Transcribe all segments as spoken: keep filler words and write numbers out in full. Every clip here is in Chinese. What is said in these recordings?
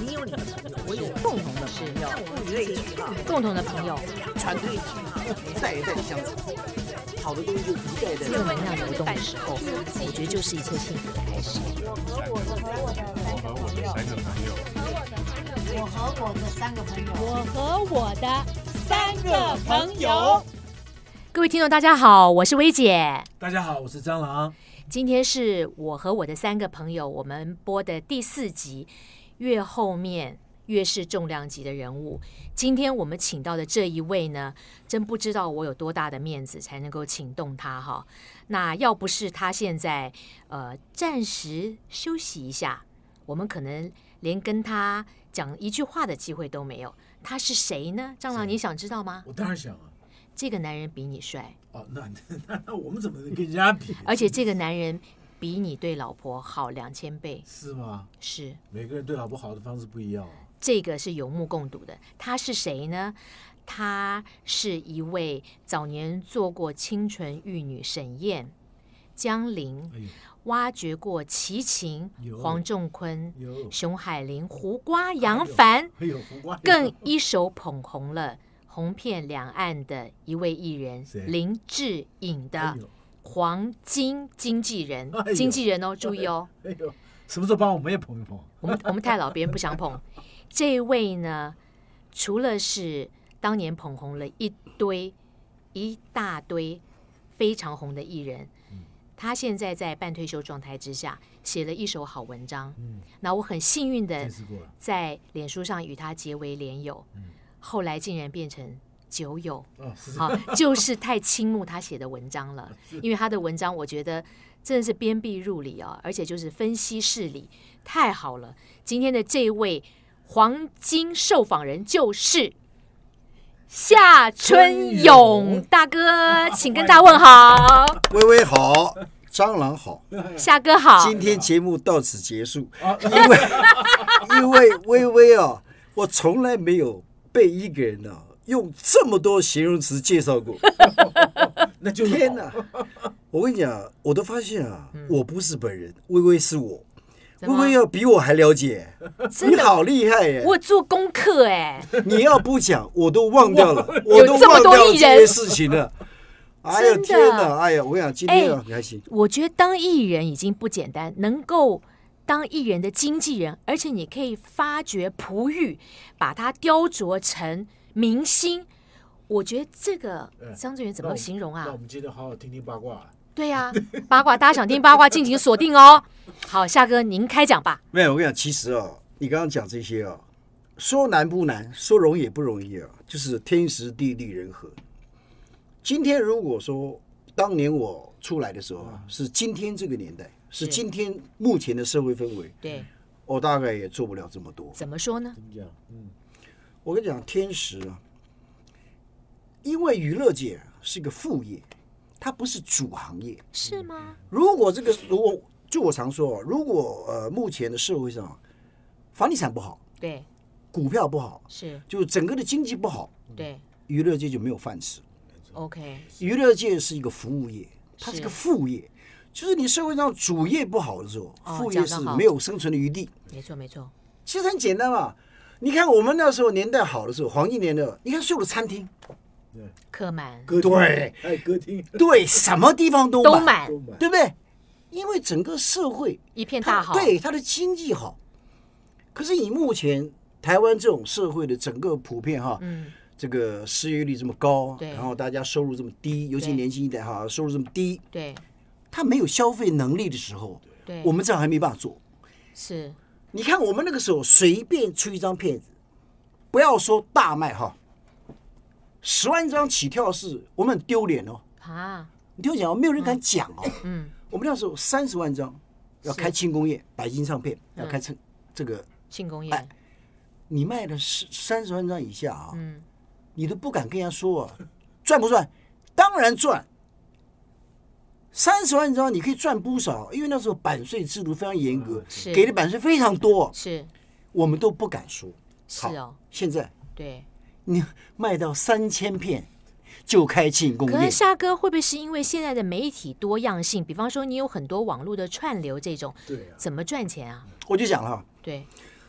你有你的朋友，我有共同的朋友，物以类聚哈， 共同的朋友， 团队一体哈，一代一代的相处，好的东西就一代一代。 正能量流动的时候，我觉得就是一切幸福的开始。 我和我的三个朋友， 我和我的三个朋友。 各位听众大家好，我是薇姐。 大家好，我是蟑螂。 今天是我和我的三个朋友我们播的第四集，越后面越是重量级的人物。今天我们请到的这一位呢，真不知道我有多大的面子才能够请动他哈。那要不是他现在呃暂时休息一下，我们可能连跟他讲一句话的机会都没有。他是谁呢？蟑螂，你想知道吗？ 我当然想啊。 这个男人比你帅哦，那那那我们怎么能跟人家比？ 而且这个男人比你对老婆好两千倍。 是吗？ 是。 每个人对老婆好的方式不一样啊。 这个是有目共睹的。他是谁呢？他是一位早年做过清纯玉女沈燕、江玲，哎、挖掘过齐秦、黄仲坤、熊海林、胡瓜、杨凡， 哎、 更一手捧红了红遍两岸的一位艺人林志颖的黄金经纪人，哎、经纪人哦，注意哦。 哎呦，什么时候帮我们也捧一捧？ 我们我们太老，别人不想捧。这位呢，除了是当年捧红了一堆一大堆非常红的艺人，嗯、他现在在半退休状态之下写了一手好文章。嗯、那我很幸运的在脸书上与他结为连友。嗯，后来竟然变成酒友，哦、好，就是太倾慕他写的文章了。因为他的文章，我觉得真的是鞭辟入里啊，而且就是分析事理，太好了。今天的这位黄金受访人就是夏春勇大哥，请跟大家问好。 微微好，蟑螂好， 夏哥好。 今天节目到此结束，因为因为微微啊，我从来没有被一个人啊用这么多形容词介绍过。 那就天哪！我跟你讲，我都发现啊，嗯、我不是本人，微微是我。微微要比我还了解，你好厉害耶！ 我做功课哎， 你要不讲我都忘掉了，我都忘掉这些事情了。哎呀天哪！哎呀，我跟你讲，今天很开心。 我觉得当艺人已经不简单，能够当艺人的经纪人，而且你可以发掘璞玉，把它雕琢成明星。我觉得这个张志远怎么形容啊？ 那我们今天好好听听八卦。 对呀、啊，八卦大家想听八卦，敬请锁定哦。好，夏哥您开讲吧。 没有，我跟你讲，其实哦，你刚刚讲这些哦，说难不难，说容易也不容易啊，就是天时地利人和。今天如果说当年我出来的时候啊，是今天这个年代，是今天目前的社会氛围， 对， 我大概也做不了这么多。 怎么说呢？ 怎么讲？嗯， 我跟你讲，天时啊，因为娱乐界是个副业。它不是主行业， 是吗？ 如果这个，如果就我常说，如果呃目前的社会上房地产不好， 对， 股票不好， 是， 就整个的经济不好， 对， 娱乐界就没有饭吃。 OK， 娱乐界是一个服务业，它是个副业，就是你社会上主业不好的时候， 哦、 副业是没有生存的余地。 没错，没错。 其实很简单嘛，你看我们那时候年代好的时候，黄金年代，你看所有的餐厅。 客满， 对， 哎，歌厅， 对，什么地方都都满， 对不对？因为整个社会一片大好， 对它的经济好。可是以目前台湾这种社会的整个普遍哈，嗯，这个失业率这么高，然后大家收入这么低，尤其年轻一代哈，收入这么低， 对， 他没有消费能力的时候，对，我们这样还没办法做。 是， 你看我们那个时候随便出一张片子，不要说大卖哈。十万张起跳是我们很丢脸哦啊！你听我讲哦，没有人敢讲哦。嗯，我们那时候三十万张要开庆功宴，白金唱片要开这这个庆功宴， 你卖了三十万张以下啊，嗯，你都不敢跟人家说啊，赚不赚？当然赚。三十万张你可以赚不少，因为那时候版税制度非常严格，给的版税非常多， 是， 我们都不敢说。 是哦， 现在对。 你卖到三千片就开庆功宴， 可是夏哥会不会是因为现在的媒体多样性？比方说你有很多网络的串流这种， 对、啊， 怎么赚钱啊？ 我就讲了， 对，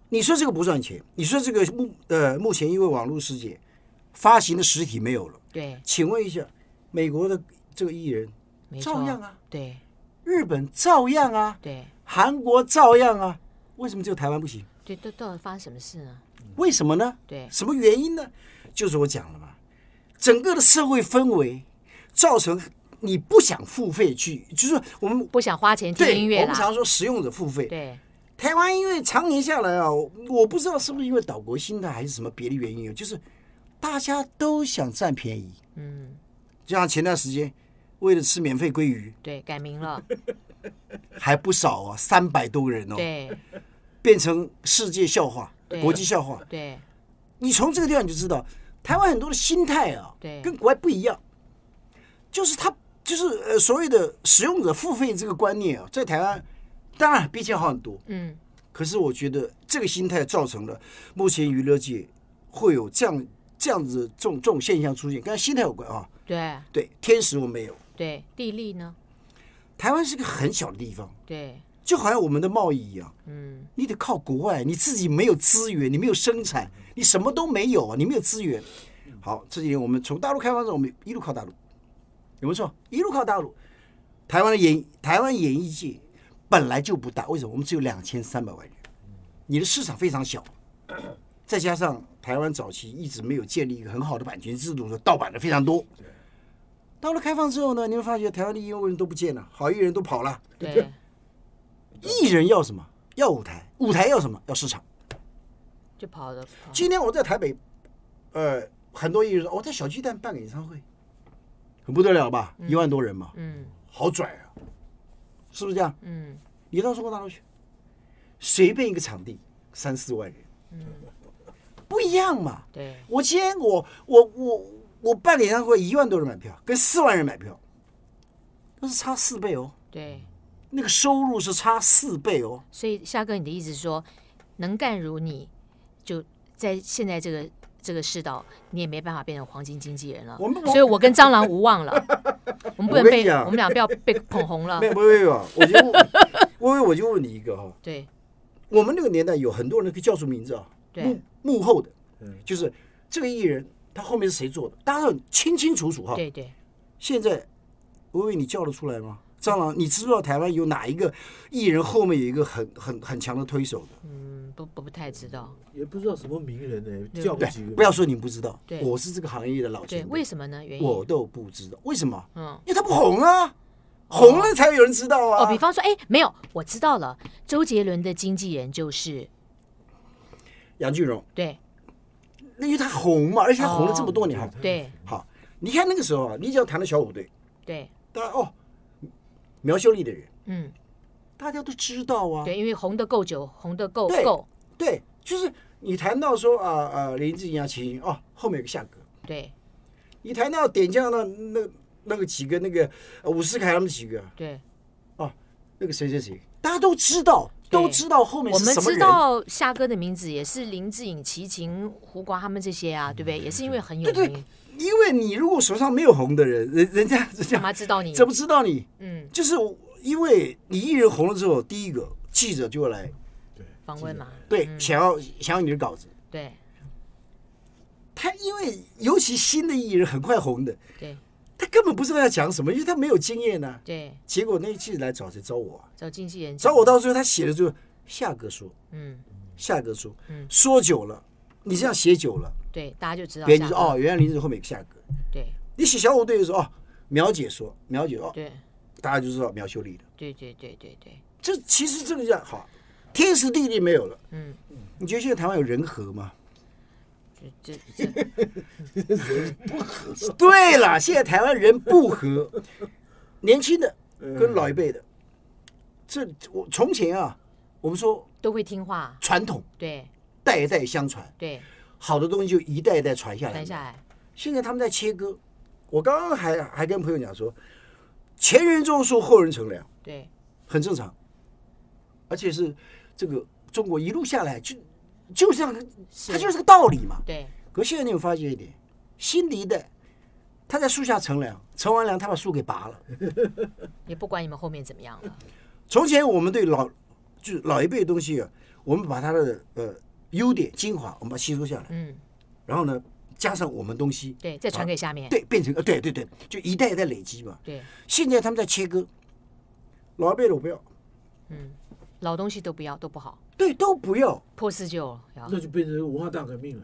你说这个不赚钱，你说这个目呃目前因为网络世界发行的实体没有了， 对， 请问一下，美国的这个艺人照样啊， 对， 日本照样啊， 对， 韩国照样啊，为什么只有台湾不行？ 对，都到底发生什么事呢？ 为什么呢？ 对， 什么原因呢？就是我讲了嘛，整个的社会氛围造成你不想付费去，就是我们不想花钱听音乐啦。 我们常说使用者付费。 对， 台湾因为常年下来啊，我不知道是不是因为岛国心态还是什么别的原因，就是大家都想占便宜。 嗯， 就像前段时间为了吃免费鲑鱼， 对，改名了， 还不少啊，三百多个人哦， 对， 变成世界笑话、 对国际笑话。 对， 你从这个地方你就知道，台湾很多的心态啊， 对跟国外不一样，就是他就是呃所谓的使用者付费这个观念啊，在台湾当然比以前好很多， 嗯， 可是我觉得这个心态造成了目前娱乐界会有这样这样子这种这种现象出现，跟心态有关啊。 对， 对，天时我们没有， 对，地利呢？ 台湾是个很小的地方， 对， 就好像我们的贸易一样， 嗯， 你得靠国外，你自己没有资源，你没有生产，你什么都没有啊，你没有资源。好，这几年我们从大陆开放之后，我们一路靠大陆，有没有错？一路靠大陆。台湾的演台湾演艺界本来就不大，为什么？我们只有两千三百万人，你的市场非常小，再加上台湾早期一直没有建立一个很好的版权制度，盗版的非常多。到了开放之后呢，你会发觉台湾的艺人都不见了，好艺人都跑了。 对， 艺人要什么？要舞台，舞台要什么？要市场。 就跑了。跑今天我在台北，呃，很多艺人说我在小巨蛋办个演唱会，很不得了吧？一万多人嘛， 嗯好拽啊，是不是这样？ 嗯， 你到中国大陆去，随便一个场地三四万人， 嗯， 不一样嘛。 对， 我今天我我我我办演唱会一万多人买票，跟四万人买票，那是差四倍哦。 对， 那个收入是差四倍哦。 所以夏哥，你的意思是说，能干如你，就在现在这个这个世道，你也没办法变成黄金经纪人了。 我们所以我跟蟑螂无望了，我们不能被我跟你讲我们俩不要被捧红了没。有没有没有，我就我我就问你一个哈， 对我们那个年代有很多人可以叫出名字啊， 对幕幕后的，就是这个艺人他后面是谁做的，大家都很清清楚楚哈。 对对， 现在微微你叫得出来吗？蟑螂，你知不知道台湾有哪一个艺人后面有一个很很很强的推手的？ 嗯，不不不太知道。 也不知道什么名人呢、 对对叫不几个。， 不要说你不知道对， 我是这个行业的老对， 前辈， 为什么呢？原因我都不知道，为什么？ 嗯。 因为他不红啊，红了才有人知道啊。 哦，比方说，哎，没有，我知道了，周杰伦的经纪人就是杨俊荣， 对那因为他红嘛，而且他红了这么多年。 哦好， 对好，你看那个时候啊，你只要谈到小虎队， 对， 当然哦，苗秀丽的人， 嗯， 大家都知道啊。 对，因为红的够久，红的够对够， 对，就是你谈到说啊啊林志颖啊、齐秦哦，后面有个夏哥。 对你谈到点将那那那个几个那个呃伍思凯他们几个对， 哦，那个谁谁谁，大家都知道， 对都知道后面我们知是什么人。 道夏哥的名字也是林志颖、齐秦、胡瓜他们这些啊，对不对？也是因为很有对对名， 因为你如果手上没有红的人，人人家人干家嘛知道你？ 怎么知道你？ 嗯， 就是因为你艺人红了之后，第一个记者就会来， 访问嘛， 对， 嗯想要想要你的稿子。 对他因为尤其新的艺人很快红的， 对他根本不知道要讲什么，因为他没有经验呢、啊。 对， 结果那个记者来找谁？找我啊！ 找经纪人找我到最后，他写的就夏哥说， 嗯， 夏哥说， 嗯说久了，你这样写久了， 对，大家就知道别人就夏哥说哦，原来林志后面有个夏哥。 对你写小虎队的时候，哦，苗姐说，苗姐哦， 对大家就知道苗秀丽了。 对对对对对， 这其实这个叫好，天时地利没有了。 嗯， 你觉得现在台湾有人和吗？ 这这这， 对了，现在台湾人不和，年轻的跟老一辈的，这我从前啊，我们说都会听话， 传统对代代相传， 对， 好的东西就一代一代传下来。 传下来， 现在他们在切割，我刚刚还还跟朋友讲说，前人种树，后人乘凉， 对很正常，而且是这个中国一路下来就就这样，它就是个道理嘛。 对可现在你有发现一点，新的一代他在树下乘凉，乘完凉他把树给拔了。 也不管你们后面怎么样了， 从前我们对老就是老一辈的东西啊， 我们把他的呃优点精华，我们把它吸收下来， 嗯， 然后呢，加上我们东西， 对，再传给下面， 对，变成呃，对对对，就一代一代累积嘛。 对， 现在他们在切割，老一辈的我不要， 嗯，老东西都不要，都不好， 对，都不要， 破四旧， 那就变成文化大革命了。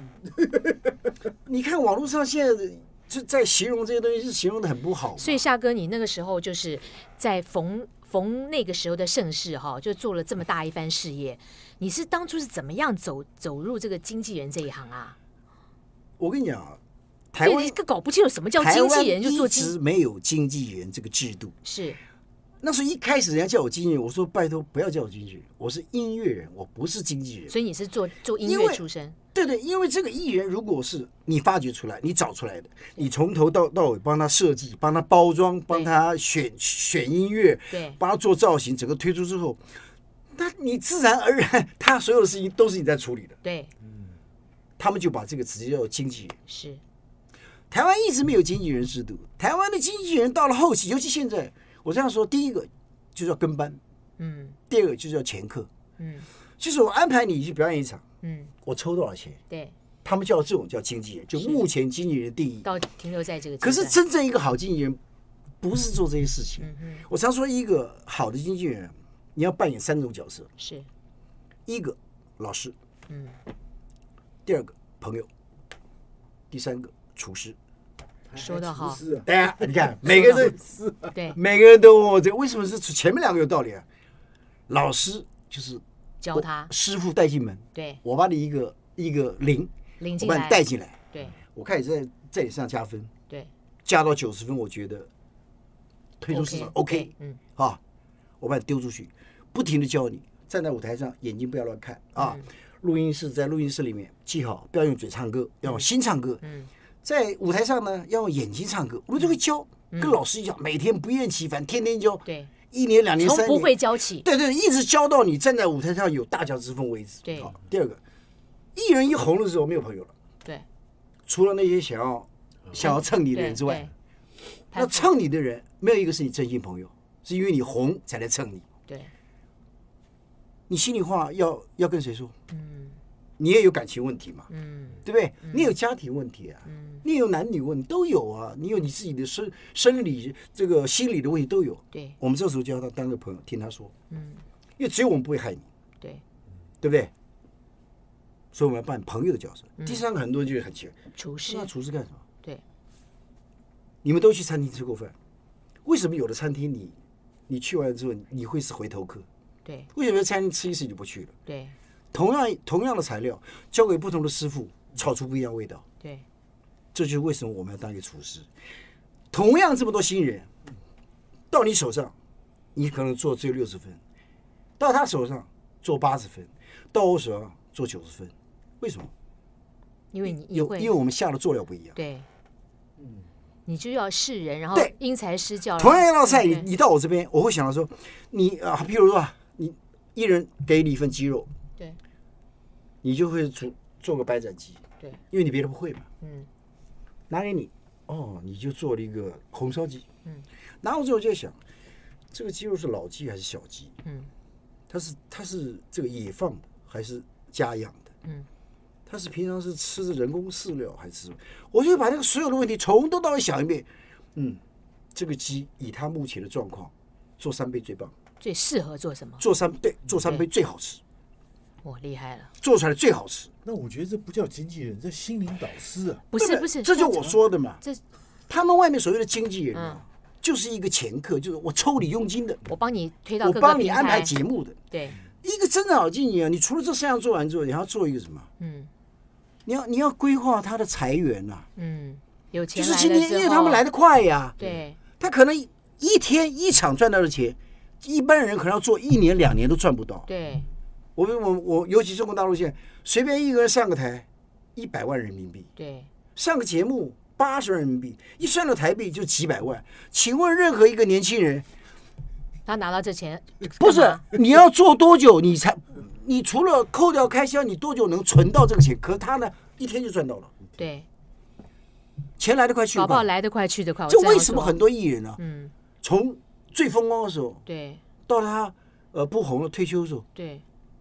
你看网络上现在就在形容这些东西，是形容的很不好。 所以夏哥，你那个时候就是在逢逢那个时候的盛世哈，就做了这么大一番事业。你是当初是怎么样走走入这个经纪人这一行啊？ 我跟你讲啊，台湾一个搞不清楚什么叫经纪人，就做经， 一直没有经纪人这个制度。 是那时候一开始人家叫我经纪人，我说拜托不要叫我经纪人，我是音乐人，我不是经纪人。 所以你是做做音乐出身？ 对对，因为这个艺人如果是你发掘出来，你找出来的，你从头到到尾帮他设计、帮他包装、帮他选选音乐， 对， 帮他做造型，整个推出之后，那你自然而然，他所有的事情都是你在处理的。 对， 嗯，他们就把这个直接叫经纪人。 是， 台湾一直没有经纪人制度，台湾的经纪人到了后期，尤其现在，我这样说，第一个就叫跟班， 嗯， 第二个就叫前客， 嗯， 就是我安排你去表演一场， 嗯， 我抽多少钱， 对， 他们叫这种叫经纪人，就目前经纪人的定义。 到停留在这个阶可段。 是真正一个好经纪人不是做这些事情。 嗯我常说，一个好的经纪人，你要扮演三种角色： 是， 一个老师， 嗯， 第二个朋友，第三个厨师。 说得好， 对啊，你看每个人都对， 每个人都问我这为什么是前面两个有道理啊？老师就是教他， 师傅带进门， 对， 我把你一个一个零，我把领进来你带进来， 对我开始在在你身上加分， 对， 加到九十分，我觉得推出市场 OK， 嗯， 啊，我把你丢出去，不停的教你，站在舞台上眼睛不要乱看啊，录音室在录音室里面记好，不要用嘴唱歌，要用心唱歌， 嗯， 在舞台上呢要用眼睛唱歌，我们就会教，跟老师一样，每天不厌其烦，天天教， 对， 一年两年三年， 从不会教起， 对对，一直教到你站在舞台上有大将之风为止。 对好，第二个，艺人一红的时候没有朋友了， 对， 除了那些想要想要蹭你的人之外，那蹭你的人没有一个是你真心朋友，是因为你红才来蹭你。 对， 你心里话要要跟谁说？ 嗯， 你也有感情问题嘛， 嗯， 对不对？你有家庭问题啊， 嗯， 你有男女问题都有啊，你有你自己的生生理这个心理的问题都有。 对， 我们这时候就要他当个朋友，听他说， 嗯， 因为只有我们不会害你， 对， 对不对？所以我们要扮朋友的角色。第三个，很多人就很奇怪， 厨师， 那厨师干什么？ 对， 你们都去餐厅吃过饭，为什么有的餐厅你你去完之后你会是回头客？ 对， 为什么餐厅吃一次你就不去了？ 对， 同样同样的材料，交给不同的师傅，炒出不一样味道。 对， 这就是为什么我们要当一个厨师。同样这么多新人，到你手上，你可能做只有六十分；到他手上做八十分；到我手上做九十分。为什么？ 因为你有因为我们下的佐料不一样。 对，嗯，你就要识人，然后对因材施教。 同样一道菜，你你到我这边，我会想到说，你啊，譬如说啊，你一人给你一份鸡肉， 对， 你就会煮做个白斩鸡， 对， 因为你别的不会嘛， 嗯， 拿给你，哦，你就做了一个红烧鸡， 嗯， 拿我之后就在想，这个鸡肉是老鸡还是小鸡？ 嗯， 它是它是这个野放的还是家养的？ 嗯， 它是平常是吃的人工饲料还是？我就把这个所有的问题从头到尾想一遍，嗯，这个鸡以它目前的状况，做三杯最棒， 最适合做什么？ 做三对做三杯最好吃， 哇，厉害了！ 做出来最好吃。 那我觉得这不叫经纪人，这心灵导师啊。 不是不是， 这就我说的嘛。 这他们外面所谓的经纪人啊，就是一个掮客，就是我抽你佣金的， 我帮你推到我各个平台帮你安排节目的。 对， 一个真的好经纪人，你除了这三样做完之后，你还要做一个什么？ 嗯， 你要你要规划他的财源呐、啊。 嗯，有钱就是来了之后， 今天，因为他们来得快呀。 对， 他可能一天一场赚到的钱，一般人可能要做一年两年都赚不到。 对， 我们我我尤其中国大陆现在，随便一个人上个台，一百万人民币， 对， 上个节目八十万人民币，一算到台币就几百万。请问任何一个年轻人， 他拿到这钱不是你要做多久，你才你除了扣掉开销，你多久能存到这个钱？可他呢，一天就赚到了。 对， 钱来得快去得快， 搞不好来得快去得快。 这为什么很多艺人呢、啊？ 嗯， 从最风光的时候， 对， 到他呃不红了退休的时候， 对，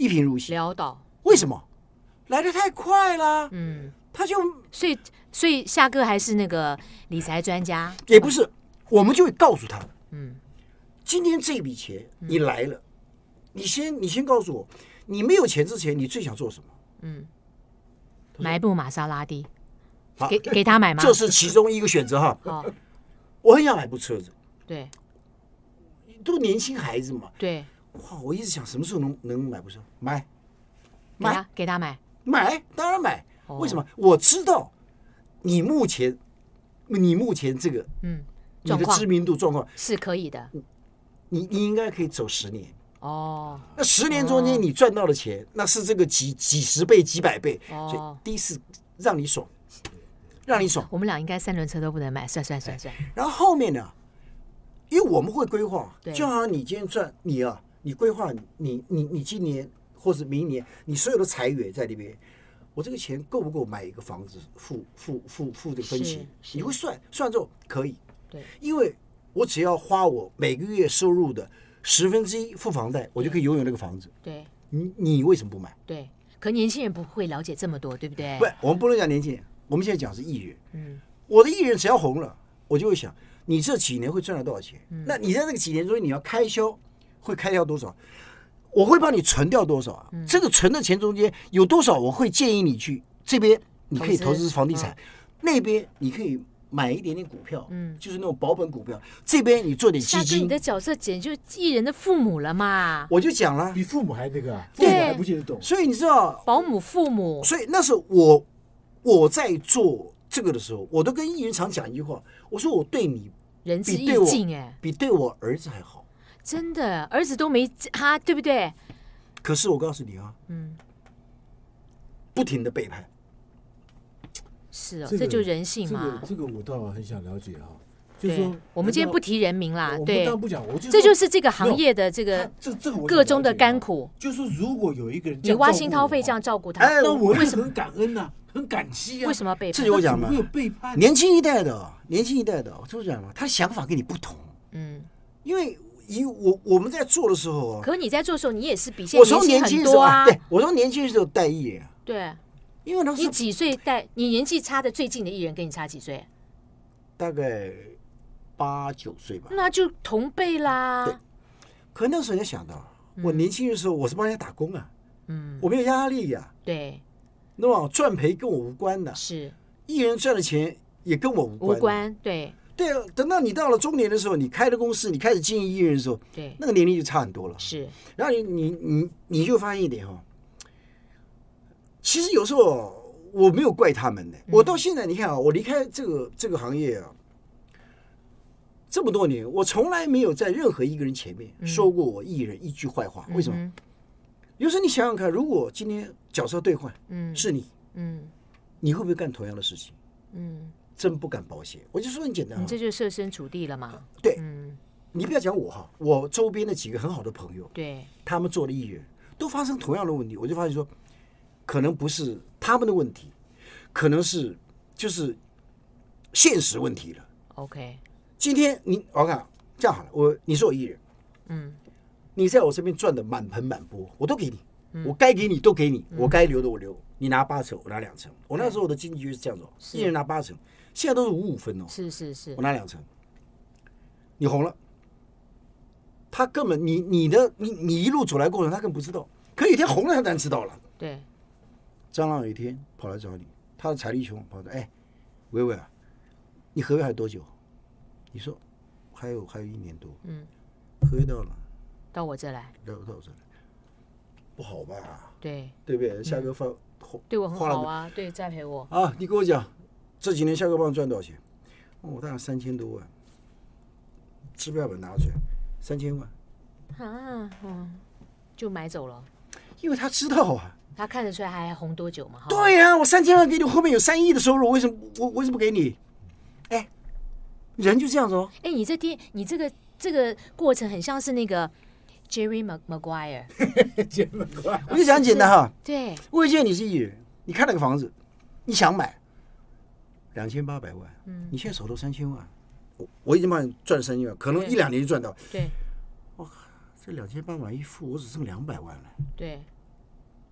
一贫如洗， 潦倒。 为什么？来得太快了。 嗯， 他就所以所以夏哥还是那个理财专家， 也不是，我们就会告诉他， 嗯， 今天这笔钱你来了，你先你先告诉我，你没有钱之前你最想做什么？ 嗯，买一部玛莎拉蒂， 好给给他买吗？ 这是其中一个选择哈。 好， 我很想买部车子， 对都年轻孩子嘛。 对， 哇，我一直想什么时候能能买部车，买给他给他买。 买，当然买。 哦为什么？我知道你目前你目前这个嗯状况你的知名度状况， 是可以的。 你你应该可以走十年。 哦， 那十年中间你赚到的钱，那是这个几几十倍、几百倍。 哦所以第一次让你爽，让你爽。 我们俩应该三轮车都不能买，算算算算。 然后后面呢，因为我们会规划， 对就好像你今天赚你啊，你规划你你你今年或是明年，你所有的财源在那边，我这个钱够不够买一个房子付付付付这个分期？ 是你会算算之后可以， 对， 因为我只要花我每个月收入的十分之一付房贷，我就可以拥有那个房子。 对你你为什么不买？ 对，可年轻人不会了解这么多，对不对？ 不，我们不能讲年轻人，我们现在讲是艺人。 嗯， 我的艺人只要红了，我就会想，你这几年会赚了多少钱？ 嗯那你在这个几年中，你要开销会开掉多少？我会帮你存掉多少啊？ 嗯这个存的钱中间有多少？我会建议你去这边，你可以投资投资房地产，那边你可以买一点点股票， 嗯就是那种保本股票。这边你做点基夏哥，你金。 的角色简直就是艺人的父母了嘛， 我就讲了， 比父母还那个啊，父对母还不见得懂。 所以你知道， 保姆父母。 所以那时候我我在做这个的时候，我都跟艺人常讲一句话，我说我对你仁至义比对我尽，哎， 比对我儿子还好。 真的，儿子都没他，对不对？ 可是我告诉你啊， 嗯， 不停的背叛， 是哦， 这个这就人性这个嘛。 这个我倒很想了解哈，就是对说， 我们今天不提人名啦， 我们对当然，不讲，我就这就是这个行业的这这个这这个我个中的了解啊， 甘苦。 就是说如果有一个人这你挖样照顾我心掏肺这样哈， 照顾他， 哎那我会很感恩呐，很感激啊。 为什么要背叛这就？我讲嘛会有背叛？ 年轻一代的，年轻一代的，我就是讲嘛，他想法跟你不同， 嗯， 因为以我我们在做的时候啊， 可你在做的时候，你也是比现我在从年轻的时候， 轻很多啊。 对我从年轻的时候带艺人， 对， 因为那时候你几岁带？你年纪差的最近的艺人跟你差几岁？ 大概八九岁吧， 那就同辈对啦。 可那时候你要想到，我年轻的时候我是帮人家打工啊， 嗯， 我没有压力呀、 对， 那么赚赔跟我无关的， 是艺人赚的钱也跟我无关。 无。关。对对啊，等到你到了中年的时候，你开了公司，你开始经营艺人的时候， 对， 那个年龄就差很多了。 是然后你你你你就发现一点哈、哦，其实有时候我没有怪他们的，我到现在你看啊，我离开这个这个行业啊，这么多年，我从来没有在任何一个人前面说过我艺人一句坏话。为什么？ 嗯有时候你想想看，如果今天角色兑换嗯是你， 嗯你会不会干同样的事情？ 嗯， 真不敢保险。我就说很简单啊， 你这就设身处地了嘛。 对嗯， 你不要讲我哈，我周边的几个很好的朋友， 对， 他们做的艺人都发生同样的问题，我就发现说，可能不是他们的问题，可能是就是现实问题了。 OK， 今天你我看这样好了，我你是我艺人， 嗯你在我这边赚的满盆满钵，我都给你，我该给你都给你，我该留的我留，你拿八成，我拿两成。我那时候的经济就是这样子哦，一人拿八成，现在都是五五分哦， 是是是我，拿两成。你红了，他根本你你的你你一路走来过程，他根本不知道。可有一天红了，他当然知道了。 对， 蟑螂有一天跑来找你，他的财力穷，跑来哎，伟伟啊，你合约还有多久？你说还有还有一年多， 嗯， 合约到了， 到我这来， 到到这里，不好吧？ 对， 对不对？夏哥发、 对我很花了好啊，对，栽培我， 啊！你跟我讲，这几年夏哥帮你赚多少钱？哦，我大概三千多万，支票本拿出来，三千万， 啊，嗯，就买走了。 因为他知道啊。 他看得出来还红多久嘛？哈， 对呀、我三千万给你，后面有三亿的收入，为什么我我为什么不给你？哎，人就这样子哦。 哎，你这电，你这个这个过程很像是那个 Jerry Maguire， 这么快， 我就讲很简单哈， 对， 魏健你是艺人，你看那个房子，你想买两千八百万， 嗯你现在手头三千万，我我已经帮你赚了三千万，可能对一两年就赚到。 对这两千八百万一付，我只剩两百万了。 对，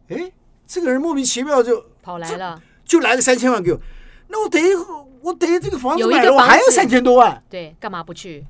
哎，这个人莫名其妙就跑来了， 就来个三千万给我，那我等于我等于这个房子有一买了，我个房子还有三千多万， 对，干嘛不去？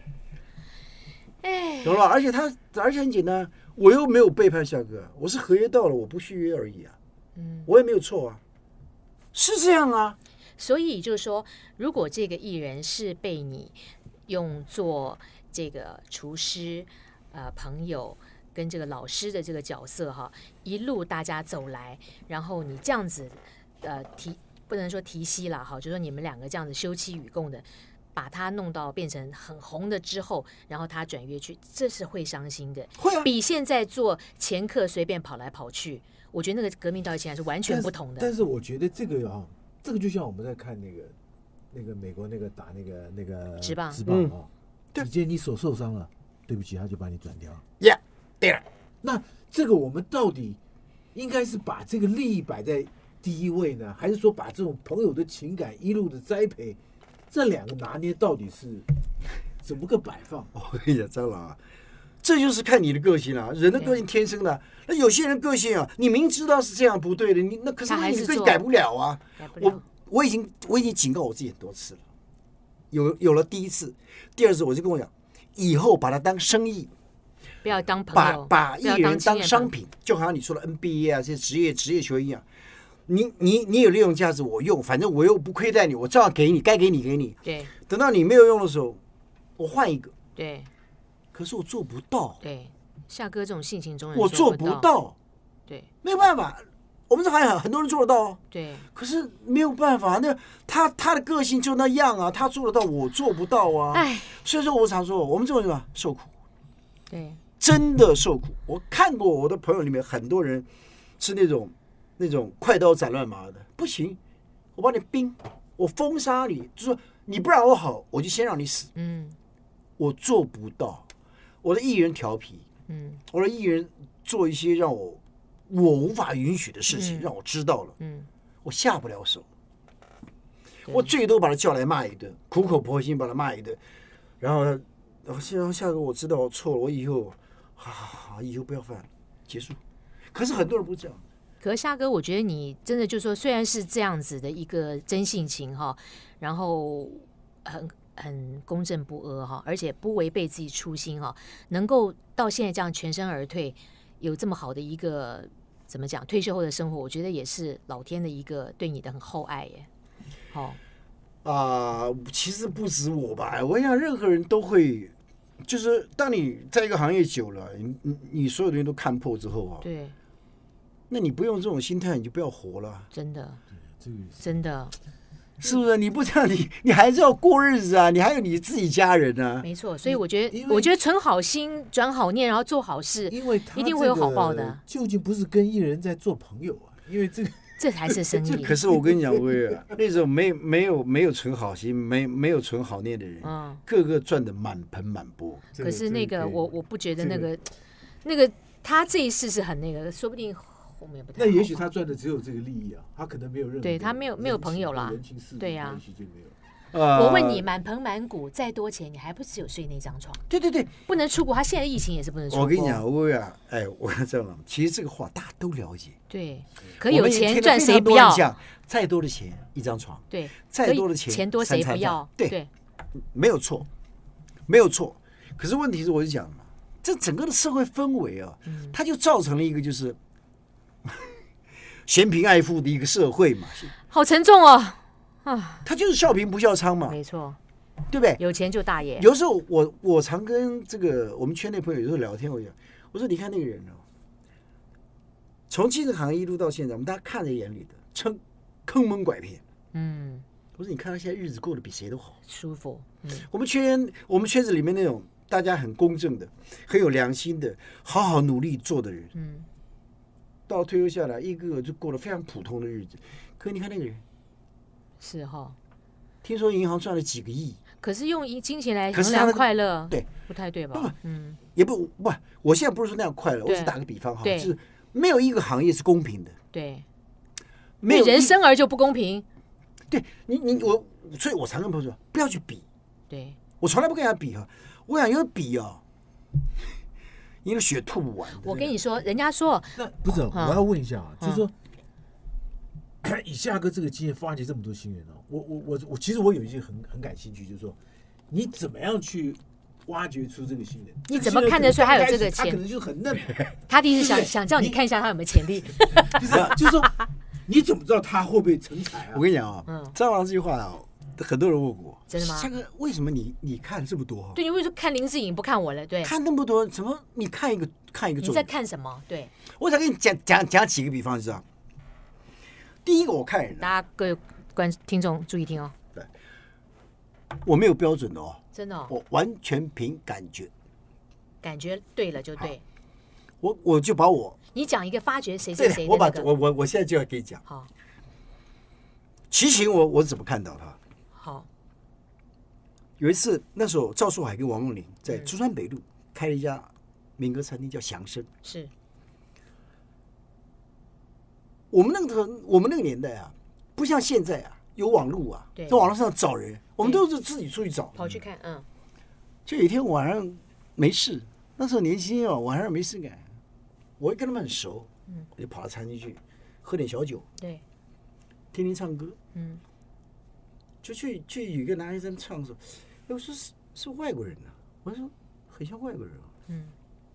哎， 懂了？而且他而且很简单，我又没有背叛夏哥，我是合约到了，我不续约而已啊，嗯，我也没有错啊，是这样啊。 所以就是说，如果这个艺人是被你用做这个厨师、呃朋友跟这个老师的这个角色哈，一路大家走来，然后你这样子呃提不能说提携了哈，就说你们两个这样子休戚与共的，把他弄到变成很红的之后，然后他转约去，这是会伤心的， 会啊， 比现在做前客随便跑来跑去，我觉得那个革命到以前是完全不同的。 但是, 但是我觉得这个啊，这个就像我们在看那个那个美国那个打那个那个职棒职棒啊， 嗯直接你手受伤了，对不起，他就把你转掉。 呀、yeah, 对了， 那这个我们到底应该是把这个利益摆在第一位呢，还是说把这种朋友的情感一路的栽培，这两个拿捏到底是怎么个摆放？ 我跟你讲，张老啊，这就是看你的个性啊，人的个性天生的。那有些人个性啊，你明知道是这样不对的，你那可是那你个性改不了啊。 改不了。 我我已经我已经警告我自己很多次了，有有了第一次，第二次我就跟我讲，以后把它当生意。 不要当朋友， 把把艺人当商品，就好像你说的 N B A 啊，这些职业职业球员一样。你你你有利用价值，我用，反正我又不亏待你，我照样给你，该给你给你。 对。 等到你没有用的时候，我换一个。 对。 可是我做不到。 对。夏哥这种性情中人， 我做不到。 对。 没有办法，我们这行业很多人做得到。 对。 可是没有办法，那他他的个性就那样啊，他做得到，我做不到啊。 哎。 所以说我常说，我们这种人吧，受苦。 对。 真的受苦，我看过我的朋友里面很多人是那种那种快刀斩乱麻的，不行，我把你冰，我封杀你，就说你不让我好，我就先让你死。 嗯， 我做不到，我的艺人调皮， 嗯， 我的艺人做一些让我我无法允许的事情，嗯、让我知道了，嗯，我下不了手，我最多把他叫来骂一顿，苦口婆心把他骂一顿，然后然后现在下个我知道我错了，我以后。好好好，以后不要犯了，结束。可是很多人不这样。 可是夏哥，我觉得你真的就是说，虽然是这样子的一个真性情哈，然后很很公正不阿哈，而且不违背自己初心哈，能够到现在这样全身而退，有这么好的一个怎么讲退休后的生活，我觉得也是老天的一个对你的很厚爱耶。好、 哦、啊、呃，其实不止我吧，我想任何人都会。就是当你在一个行业久了，你你你所有东西都看破之后啊， 对， 那你不用这种心态，你就不要活了。 真的，真的， 是不是？你不这样，你你还是要过日子啊，你还有你自己家人啊。 没错，所以我觉得，我觉得存好心、转好念，然后做好事， 因为一定会有好报的。 究竟不是跟艺人在做朋友啊？因为这个。 这才是生意。 可是我跟你讲，威尔，那种没没有没有存好心、没没有存好念的人，嗯，个个赚得满盆满钵。 可是那个我我不觉得那个、这个、那个他这一世是很那个，说不定后面不太好。 那也许他赚的只有这个利益啊，他可能没有任何对他没有没有朋友啦，对呀、啊。 呃、 我问你，满盆满谷再多钱，你还不只有睡那张床？ 对对对， 不能出国。他现在疫情也是不能出国。 我跟你讲，威尔，哎，我这样了，其实这个话大家都了解。 对，可有钱赚谁不要？ 再多的钱一张床， 对， 再多的钱钱多谁不要？ 对，对没有错，没有错。可是问题是，我就讲嘛，这整个的社会氛围啊，嗯、它就造成了一个就是嫌贫爱富的一个社会嘛。 好沉重哦。啊， 他就是笑贫不笑娼嘛， 没错， 对不对？ 有钱就大爷。 有时候我我常跟这个我们圈内朋友有时候聊天，我讲，我说你看那个人哦，从进这行业一路到现在，我们大家看在眼里的，坑坑蒙拐骗，嗯，我说你看他现在日子过得比谁都好， 舒服。嗯， 我们圈我们圈子里面那种大家很公正的、很有良心的、好好努力做的人，嗯，到退休下来，一个个就过得非常普通的日子。可你看那个人。 是哈、哦， 听说银行赚了几个亿， 可是用金钱来衡量快乐， 对， 不太对吧？ 不， 嗯， 也不不，我现在不是说那样快乐，我只打个比方哈，就是没有一个行业是公平的， 对， 没有人生而就不公平。 对你，你我，所以我常跟朋友说，不要去比， 对我从来不跟人家比哈，我想有比啊， 因为血吐不完。 我跟你说，人家说那不是，我要问一下啊， 嗯就是说，以夏哥这个经验发掘这么多新人哦，我我我我，其实我有一些很很感兴趣，就是说，你怎么样去挖掘出这个新人？ 你怎么看得出他有这个潜他可能就是很嫩， 他第一次想想叫你看一下他有没有潜力。 不是，就是说，你怎么知道他会不会成才啊？ 我跟你讲啊， 嗯张王这句话啊，很多人问过， 真的吗夏哥，为什么你你看这么多？ 对，你为什么看林志颖不看我了？对， 看那么多，怎么你看一个看一个你在重点？ 看什么？对， 我想跟你讲讲讲几个比方，你知道？第一个，我看人啊， 大家各位观听众注意听哦， 我没有标准的哦， 真的哦， 我完全凭感觉。 感觉对了就对。 我我就把我你讲一个发掘谁谁对谁，的我把那个我我我现在就要跟你讲， 好齐秦我我怎么看到他？ 好有一次，那时候赵树海跟王梦麟在嗯竹山北路开了一家民歌餐厅，叫祥生。 是我们那个我们那个年代啊，不像现在啊，有网络啊， 对在网络上找人，我们都是自己出去找。 跑去看，嗯就有一天晚上没事，那时候年轻啊，晚上没事干，我也跟他们很熟， 嗯我就跑到餐厅去喝点小酒， 对， 听听唱歌， 嗯就去去有一个男孩子在那唱的时候，哎，我说是是外国人呢、啊，我说很像外国人啊， 嗯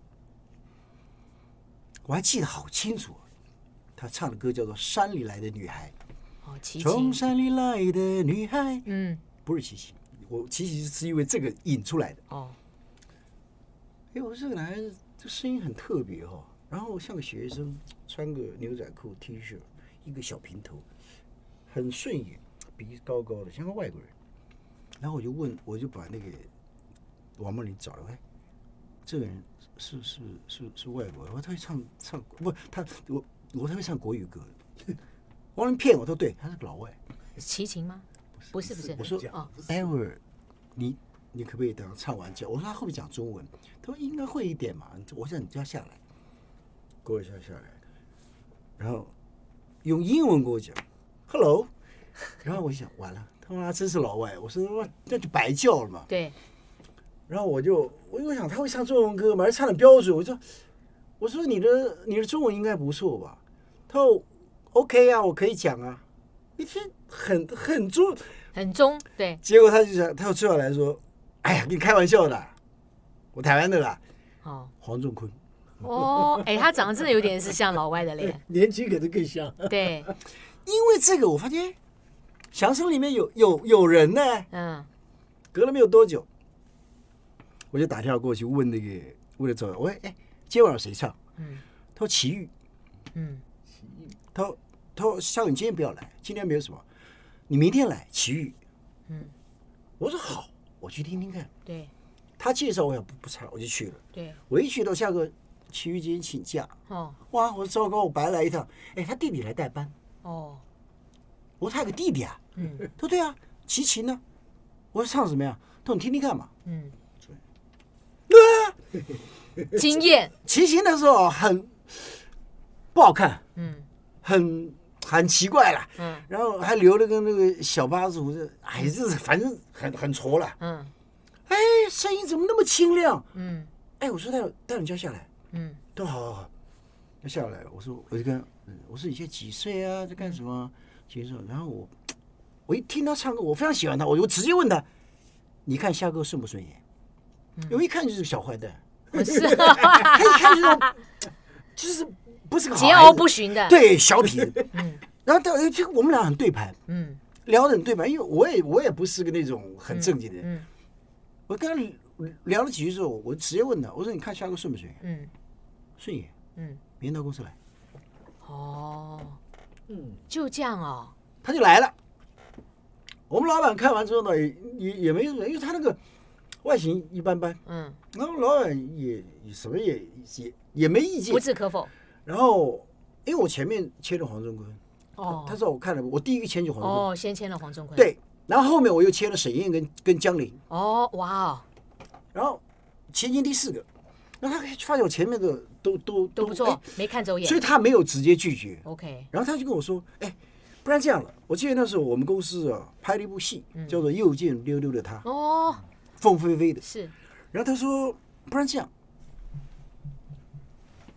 我还记得好清楚、啊，他唱的歌叫做《山里来的女孩》， 哦齐从秦， 山里来的女孩， 嗯不是齐秦，我齐秦是因为这个引出来的。 哦哎，我说这个男孩子这声音很特别哦，然后像个学生，穿个牛仔裤 T 恤，一个小平头，很顺眼，鼻子高高的，像个外国人。然后我就问，我就把那个王梦麟找了，哎，这个人是是是是外国人，我说他会唱唱不，他我我他会唱国语歌。王梦麟骗我，说对，他是个老外。 齐秦吗？不是不是， 我说哦待会儿你你可不可以等他唱完叫？我说他会不会讲中文？他说应该会一点嘛。我想你就要下来，给我一下下来，然后用英文跟我讲 “hello”，然后我想完了，他妈真是老外。我说哇，那就白叫了嘛。 对， 然后我就我就想他会唱中文歌嘛，而唱的标准。我说我说你的你的中文应该不错吧？他说 OK 啊，我可以讲啊。一听很很中。 很中对， 结果他就想，他最后来说：“哎呀，跟你开玩笑的，我台湾的啦。” 哦黄仲坤， 哦，哎，他长得真的有点是像老外的脸， 年轻可能更像。 对， 因为这个我发现，祥生里面有有有人呢。 嗯隔了没有多久，我就打电话过去问那个问了赵，我说：“哎，今晚有谁唱？” 嗯他说：“齐豫。 嗯，” 他说：“他说夏雨，你今天不要来，今天没有什么，你明天来齐豫。” 嗯， 我说好，我去听听看。 对他介绍我也不不差，我就去了。 对， 我一去到下个齐豫今天请假， 哦哇！我说糟糕，我白来一趟。哎，他弟弟来代班。 哦， 我说他有个弟弟啊。 嗯他说对啊，齐秦呢？我说唱什么呀？他说你听听看嘛。 嗯， 啊， 经验， 齐秦的时候很不好看， 嗯很很奇怪啦。 嗯然后还留了个那个小八字胡子，哎，这是反正很很挫了。 嗯哎，声音怎么那么清亮？ 嗯哎，我说带带你叫下来。 嗯都好好好，那下来，我说我就跟他，嗯我说你现在几岁啊，在干什么？几岁？然后我我一听他唱歌，我非常喜欢他，我就直接问他，你看夏哥顺不顺眼？我一看就是个小坏蛋， 不是他一看就是就是不是个好桀孩子骜不驯的，， 对小痞。 嗯然后到这个我们俩很对盘， 嗯聊得很对盘，因为我也我也不是个那种很正经的人， 嗯我跟他聊了几句之后，我直接问他，我说你看夏哥顺不顺眼？ 嗯顺眼， 嗯， 明天到公司来。 哦， 嗯， 就这样哦， 他就来了。我们老板看完之后呢，也也也没什么，因为他那个外形一般般， 嗯， 然后老板也也什么也也也没意见不。置可否， 然后因为我前面签了黄仲坤， 哦他知道我看了，我第一个签就黄仲坤， 哦，先签了黄仲坤，， 对，然后后面我又签了沈燕跟跟江玲， 哦，哇哦， 然后签进第四个，然后他发现我前面的都都都不错哎， 没看走眼所以他没有直接拒绝。 ，OK， 然后他就跟我说：“哎，不然这样了，我记得那时候我们公司啊拍了一部戏，叫做《又见溜溜的他》， 哦， 凤飞飞的。 是， 然后他说：不然这样，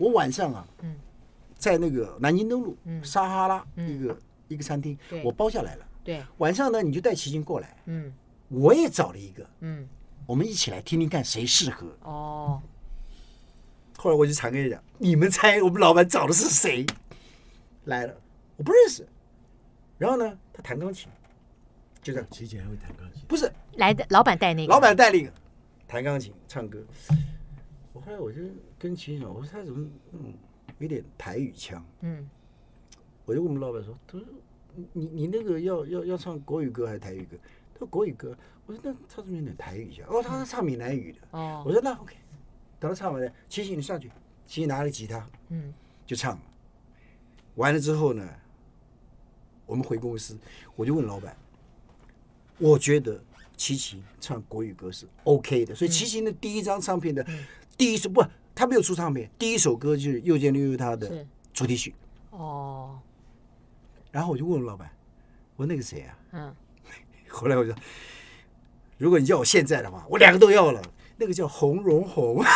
我晚上啊， 嗯， 在那个南京东路、 嗯、 撒哈拉嗯、 一个、一个餐厅， 对我包下来了。 对， 晚上呢，你就带齐秦过来， 嗯， 我也找了一个， 嗯， 我们一起来听听看谁适合。 哦， 后来我就常跟你讲，你们猜我们老板找的是谁？来了，我不认识。然后呢，他弹钢琴，就这样。 齐秦还会弹钢琴？ 不是， 来的老板带那个， 老板带了一个弹钢琴唱歌。我后来我就跟齐秦讲，我说他怎么嗯有点台语腔？ 嗯， 我就问我们老板说，他说你你那个要要要唱国语歌还是台语歌？他说国语歌。我说那他怎么有点台语腔？哦，他是唱闽南语的。 哦， 我说那 OK， 等他唱完了，齐秦你上去，齐秦拿了吉他， 嗯， 就唱了。完了之后呢，我们回公司，我就问老板，我觉得齐秦唱国语歌是 OK 的，所以齐秦的第一张唱片的第一首不，他没有出唱片，第一首歌就是《又见又有他》的主题曲。 哦， 然后我就问老板，我说那个谁啊？ 嗯， 后来我就，如果你叫我现在的话，我两个都要了。那个叫洪荣宏。啊！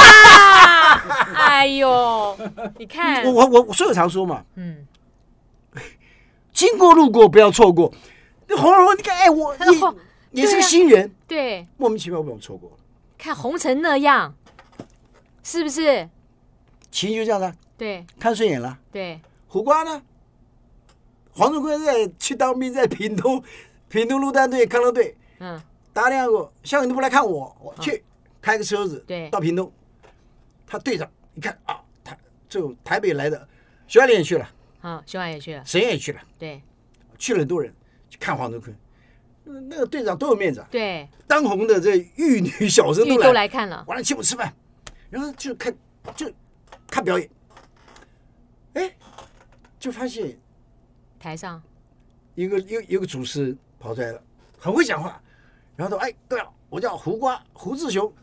哎呦，你看， 我我我我所以常说嘛， 嗯， 经过路过不要错过。洪荣宏，你看，哎，我你也是个新人， 对， 莫名其妙被我们错过。 看红成那样，是不是？ 秦就这样子， 对， 看顺眼了。 对， 胡瓜呢？黄仲坤在去当兵，在屏东，屏东陆战队、康乐队， 嗯， 打两个，校园都不来看我，我去开个车子， 对， 到屏东，他队长一看啊，台这种台北来的，徐爱莲也去了， 啊，徐婉也去了， 沈燕也去了， 对， 去了很多人去看黄仲坤，那个队长都有面子啊， 对， 当红的这玉女小生都来都来看了， 完了请我吃饭，然后就看就看表演，哎，就发现。 台上一个一个一个主持人跑出来了，很会讲话，然后说：“哎，对了，我叫胡瓜胡志雄。”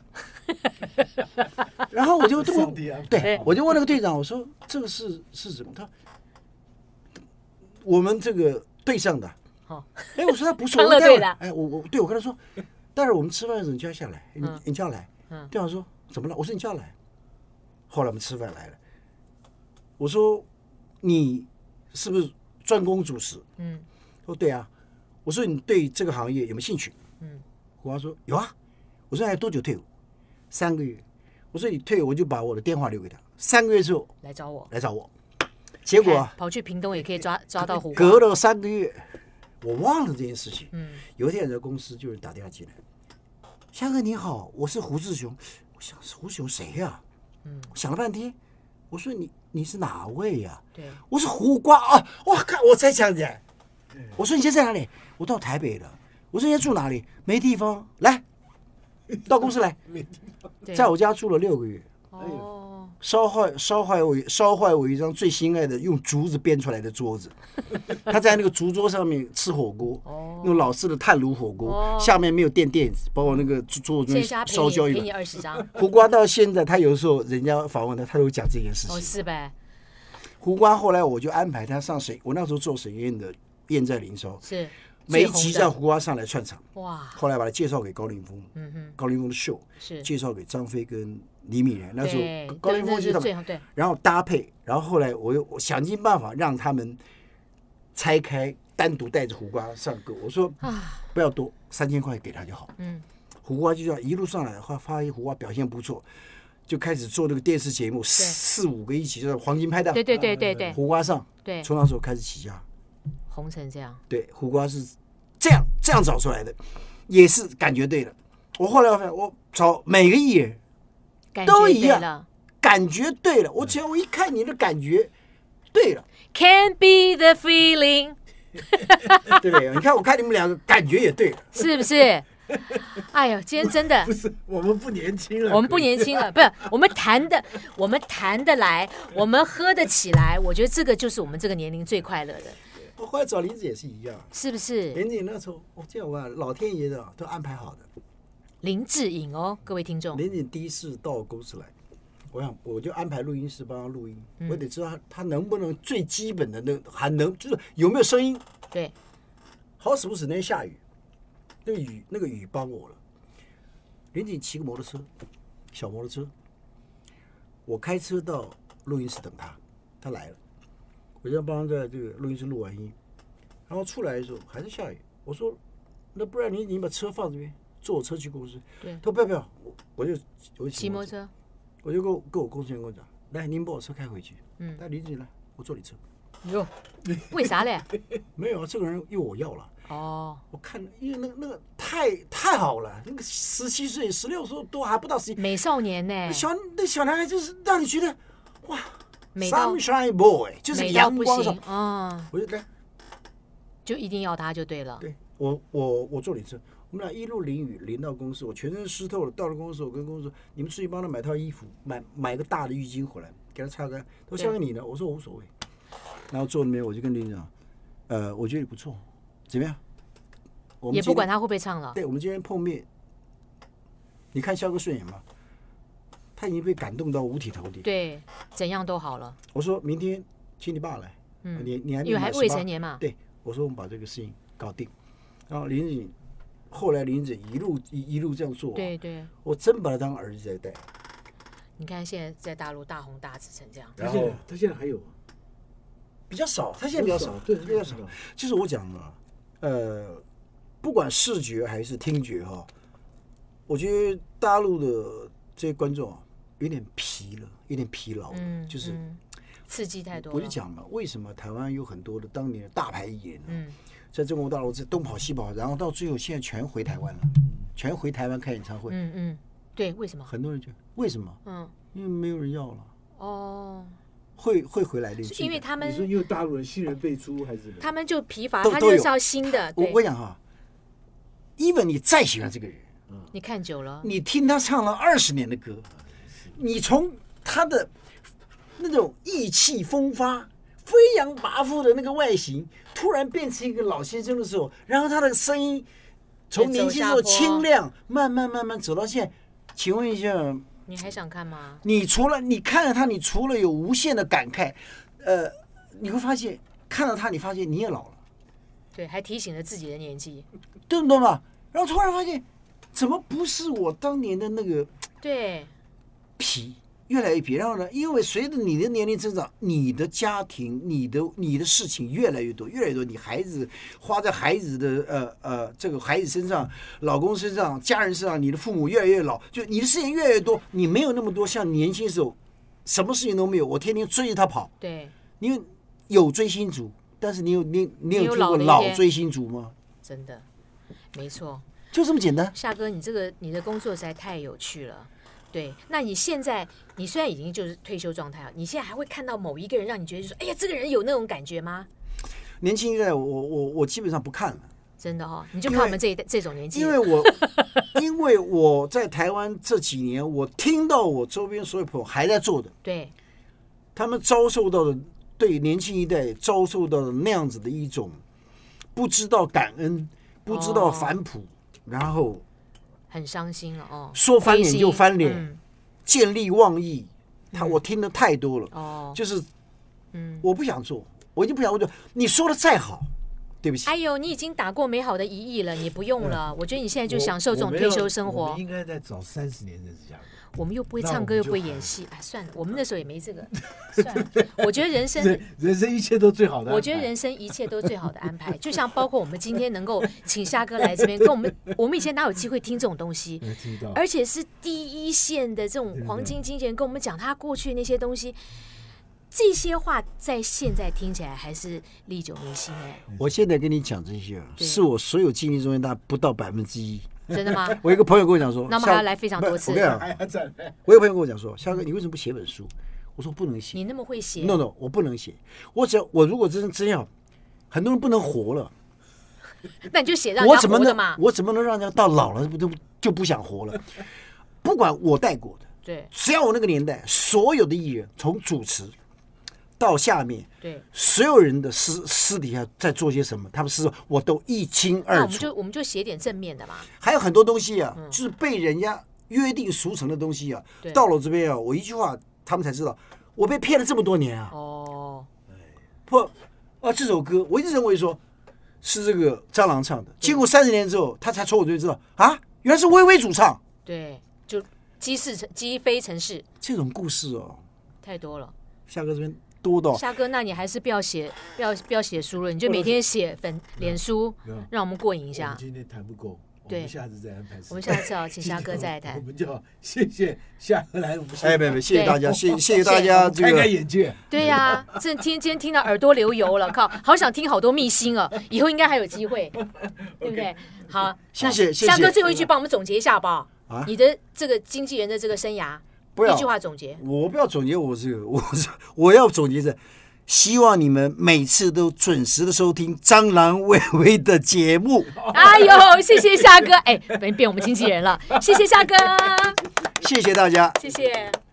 然后我就问，对，我就问那个队长，我说：“这个是是什么？”他我们这个队上的。 好， 哎，我说他不错， 康乐队的。 哎，我我对我跟他说，待会儿我们吃饭的时候你就要下来，你嗯你就要来。 嗯， 队长说怎么了？我说你就要来。后来我们吃饭来了，我说你是不是？专攻主持，嗯，说对啊，我说你对这个行业有没有兴趣？嗯，胡瓜说有啊，我说还多久退伍？三个月。我说你退伍，我就把我的电话留给他，三个月之后来找我， 来找我。结果跑去屏东也可以抓抓到胡瓜。 隔了三个月，我忘了这件事情。嗯，有一天在公司就有人打电话进来，香哥你好，我是胡志雄。我想胡志雄谁呀、啊？嗯，想了半天，我说你你是哪位呀、啊？ 对， 我是胡瓜啊！我看我才想起来，我说你现在在哪里？我到台北了。我说你在住哪里？没地方，来到公司来。在我家住了六个月。 哦， 烧坏烧坏我烧坏我一张最心爱的用竹子编出来的桌子。他在那个竹桌上面吃火锅，那种老式的炭炉火锅，下面没有垫垫子，把我那个桌子烧焦一个。 给你二十张。 胡瓜到现在，他有时候人家访问他，他都讲这件事情。 哦，是呗。 胡瓜后来我就安排他上水，我那时候做沈院的燕在林梢， 是每一集让胡瓜上来串场。 哇！ 后来把他介绍给高凌风，嗯哼，高凌风的秀是介绍给张飞跟李米然，那时候高凌风就他们， 对， 然后搭配，然后后来我又我想尽办法让他们拆开，单独带着胡瓜上歌。我说不要多，三千块给他就好。嗯，胡瓜就这样一路上来，后来发现胡瓜表现不错。就开始做那个电视节目，四五个一起就是黄金拍档。 对对对对对。 胡瓜上， 对， 从那时候开始起家， 红成这样。 对，胡瓜是这样这样找出来的，也是感觉对了。我后来发现，我找每个艺人都一样，感觉对了。我只要我一看你的感觉对了 ，Can be the feeling， 对不对？你看我看你们两个感觉也对了， 是不是？哎呦，今天真的不是我们不年轻了， 我们不年轻了，不是我们谈的，我们谈得来，我们喝得起来。我觉得这个就是我们这个年龄最快乐的。 我后来找林子也是一样， 是不是？ 林子那时候，我这样我老天爷的都安排好的。 林志颖哦，各位听众， 林子第一次到我公司来，我想我就安排录音师帮他录音，嗯、我得知道他他能不能最基本的那还能就是有没有声音。 对， 好死不死那天下雨。那个雨，那个雨帮我了。林景骑个摩托车，小摩托车，我开车到录音室等他，他来了，我就帮他在这个录音室录完音，然后出来的时候还是下雨。我说，那不然你你把车放这边，坐我车去公司。 对， 他说不要不要，我我就我就骑摩托车， 我就跟我跟我公司人跟我讲，来，您把我车开回去。 嗯， 那林子来，我坐你车。 哟，为啥嘞？ 没有啊，这个人因为我要了。 哦， 我看，因为那个那个太太好了，那个十七岁、十六岁都还不到十七， 美少年呢？ 小那小男孩就是让你觉得哇， 美到 Sunshine Boy 就是美到阳光上不行，嗯， 我就来， 就一定要他就对了。 对我我我坐你车，我们俩一路淋雨淋到公司，我全身湿透了。到了公司，我跟公司说，你们出去帮他买套衣服，买买个大的浴巾回来，给他擦干。他说交给你了，我说我无所谓。然后坐那边，我就跟林讲，呃，我觉得你不错，怎么样？我们也不管他会不会唱了。 对，我们今天碰面，你看肖哥顺眼吗？他已经被感动到五体投地。 对，怎样都好了。 我说明天请你爸来， 嗯， 你你还没因为还未成年嘛。 对，我说我们把这个事情搞定。然后林子，后来林子一路一一路这样做、啊， 对对， 我真把他当儿子在带。 你看现在在大陆大红大紫成这样， 他现在他现在还有比较少，他现在比较少， 对， 比较少。就是我讲嘛，呃，不管视觉还是听觉哈，我觉得大陆的这些观众啊，有点疲了，有点疲劳了， 嗯， 就是、 嗯、刺激太多了。 我就讲嘛，为什么台湾有很多的当年的大牌艺人呢？ 嗯， 在中国大陆这东跑西跑，然后到最后现在全回台湾了，全回台湾开演唱会。 嗯嗯，对，为什么？ 很多人觉得为什么？ 嗯， 因为没有人要了。 哦。 会会回来的， 因为他们你说因为大陆人新人辈出还是他们就疲乏，他就是要新的。 我我讲哈 ，even 你再喜欢这个人， 你看久了， 你听他唱了二十年的歌，你从他的那种意气风发、飞扬跋扈的那个外形，突然变成一个老先生的时候，然后他的声音从年轻时候清亮，慢慢慢慢走到现在，请问一下。 你还想看吗？ 你除了你看了他，你除了有无限的感慨，呃，你会发现看到他，你发现你也老了， 对，还提醒了自己的年纪， 对不对嘛？然后突然发现，怎么不是我当年的那个对皮越来越皮？然后呢，因为随着你的年龄增长，你的家庭、你的你的事情越来越多，越来越多，你孩子花在孩子的呃呃这个孩子身上、老公身上、家人身上，你的父母越来越老，就你的事情越来越多，你没有那么多像年轻时候什么事情都没有，我天天追着他跑。 对， 因为有追星族，但是你有你你有听过老追星族吗？ 真的，没错， 就这么简单。 夏哥，你这个你的工作实在太有趣了。对，那你现在你虽然已经就是退休状态了，你现在还会看到某一个人让你觉得就说，哎呀，这个人有那种感觉吗？ 年轻一代，我我我基本上不看了。 真的哦，你就看我们这一代这种年纪。 因为我因为我在台湾这几年，我听到我周边所有朋友还在做的， 对， 他们遭受到的对年轻一代遭受到的那样子的一种不知道感恩、不知道反哺，哦、然后。 很伤心了哦， 说翻脸就翻脸， 嗯、 见利忘义，他、嗯、我听的太多了，哦，就是，嗯，我不想做，我已经不想做。你说的再好，对不起。 哎呦，你已经打过美好的一役了，你不用了。我觉得你现在就享受这种退休生活。 我们应该再早三十年认识夏哥。 我们又不会唱歌，又不会演戏，哎，算了，我们那时候也没这个，算了。我觉得人生， 人生一切都最好的。 我觉得人生一切都最好的安排，就像包括我们今天能够请夏哥来这边，跟我们，我们以前哪有机会听这种东西？而且是第一线的这种黄金经纪人跟我们讲他过去那些东西，这些话在现在听起来还是历久弥新哎。 我现在跟你讲这些，是我所有经历中间大概不到百分之一。 真的吗？ 我一个朋友跟我讲说， 那么还要来非常多次。 我跟你讲，我有朋友跟我讲说，夏哥，你为什么不写本书？我说不能写。 你那么会写 ？No No， 我不能写。我只要我如果真真要，很多人不能活了。 那你就写让人家活的嘛。 我怎么能让人家到老了不就不想活了？不管我带过的， 对， 只要我那个年代，所有的艺人从主持到下面， 对， 所有人的私私底下在做些什么，他们私我都一清二楚。 那我们就我们就写点正面的嘛。 还有很多东西啊，嗯、就是被人家约定俗成的东西啊，到了这边啊，我一句话，他们才知道我被骗了这么多年啊。 哦， 不，啊，这首歌我一直认为说是这个蟑螂唱的，经过三十年之后，他才从我这边知道啊，原来是薇薇主唱。 对，就鸡似鸡飞城市这种故事哦， 太多了。 夏哥这边多到。 夏哥，那你还是不要写，不要不要写书了，你就每天写粉脸书，让我们过瘾一下。 我们今天谈不够。 对， 我们下次再安排。 我们下次要请夏哥再来谈。 我们就谢谢夏哥来我们。 哎，没没，谢谢大家，谢谢谢大家，这个开开眼界。 对呀，这听今天听到耳朵流油了，靠，好想听好多秘辛哦，以后应该还有机会，对不对？好， 谢谢谢谢。 夏哥最后一句帮我们总结一下好不好？ 啊， 你的这个经纪人的这个生涯， 不要一句话总结。 我不要总结，我这个，我我要总结是。希望你们每次都准时的收听张兰微微的节目。 哎呦，谢谢夏哥，哎，变变我们经纪人了，谢谢夏哥， 谢谢大家， 谢谢。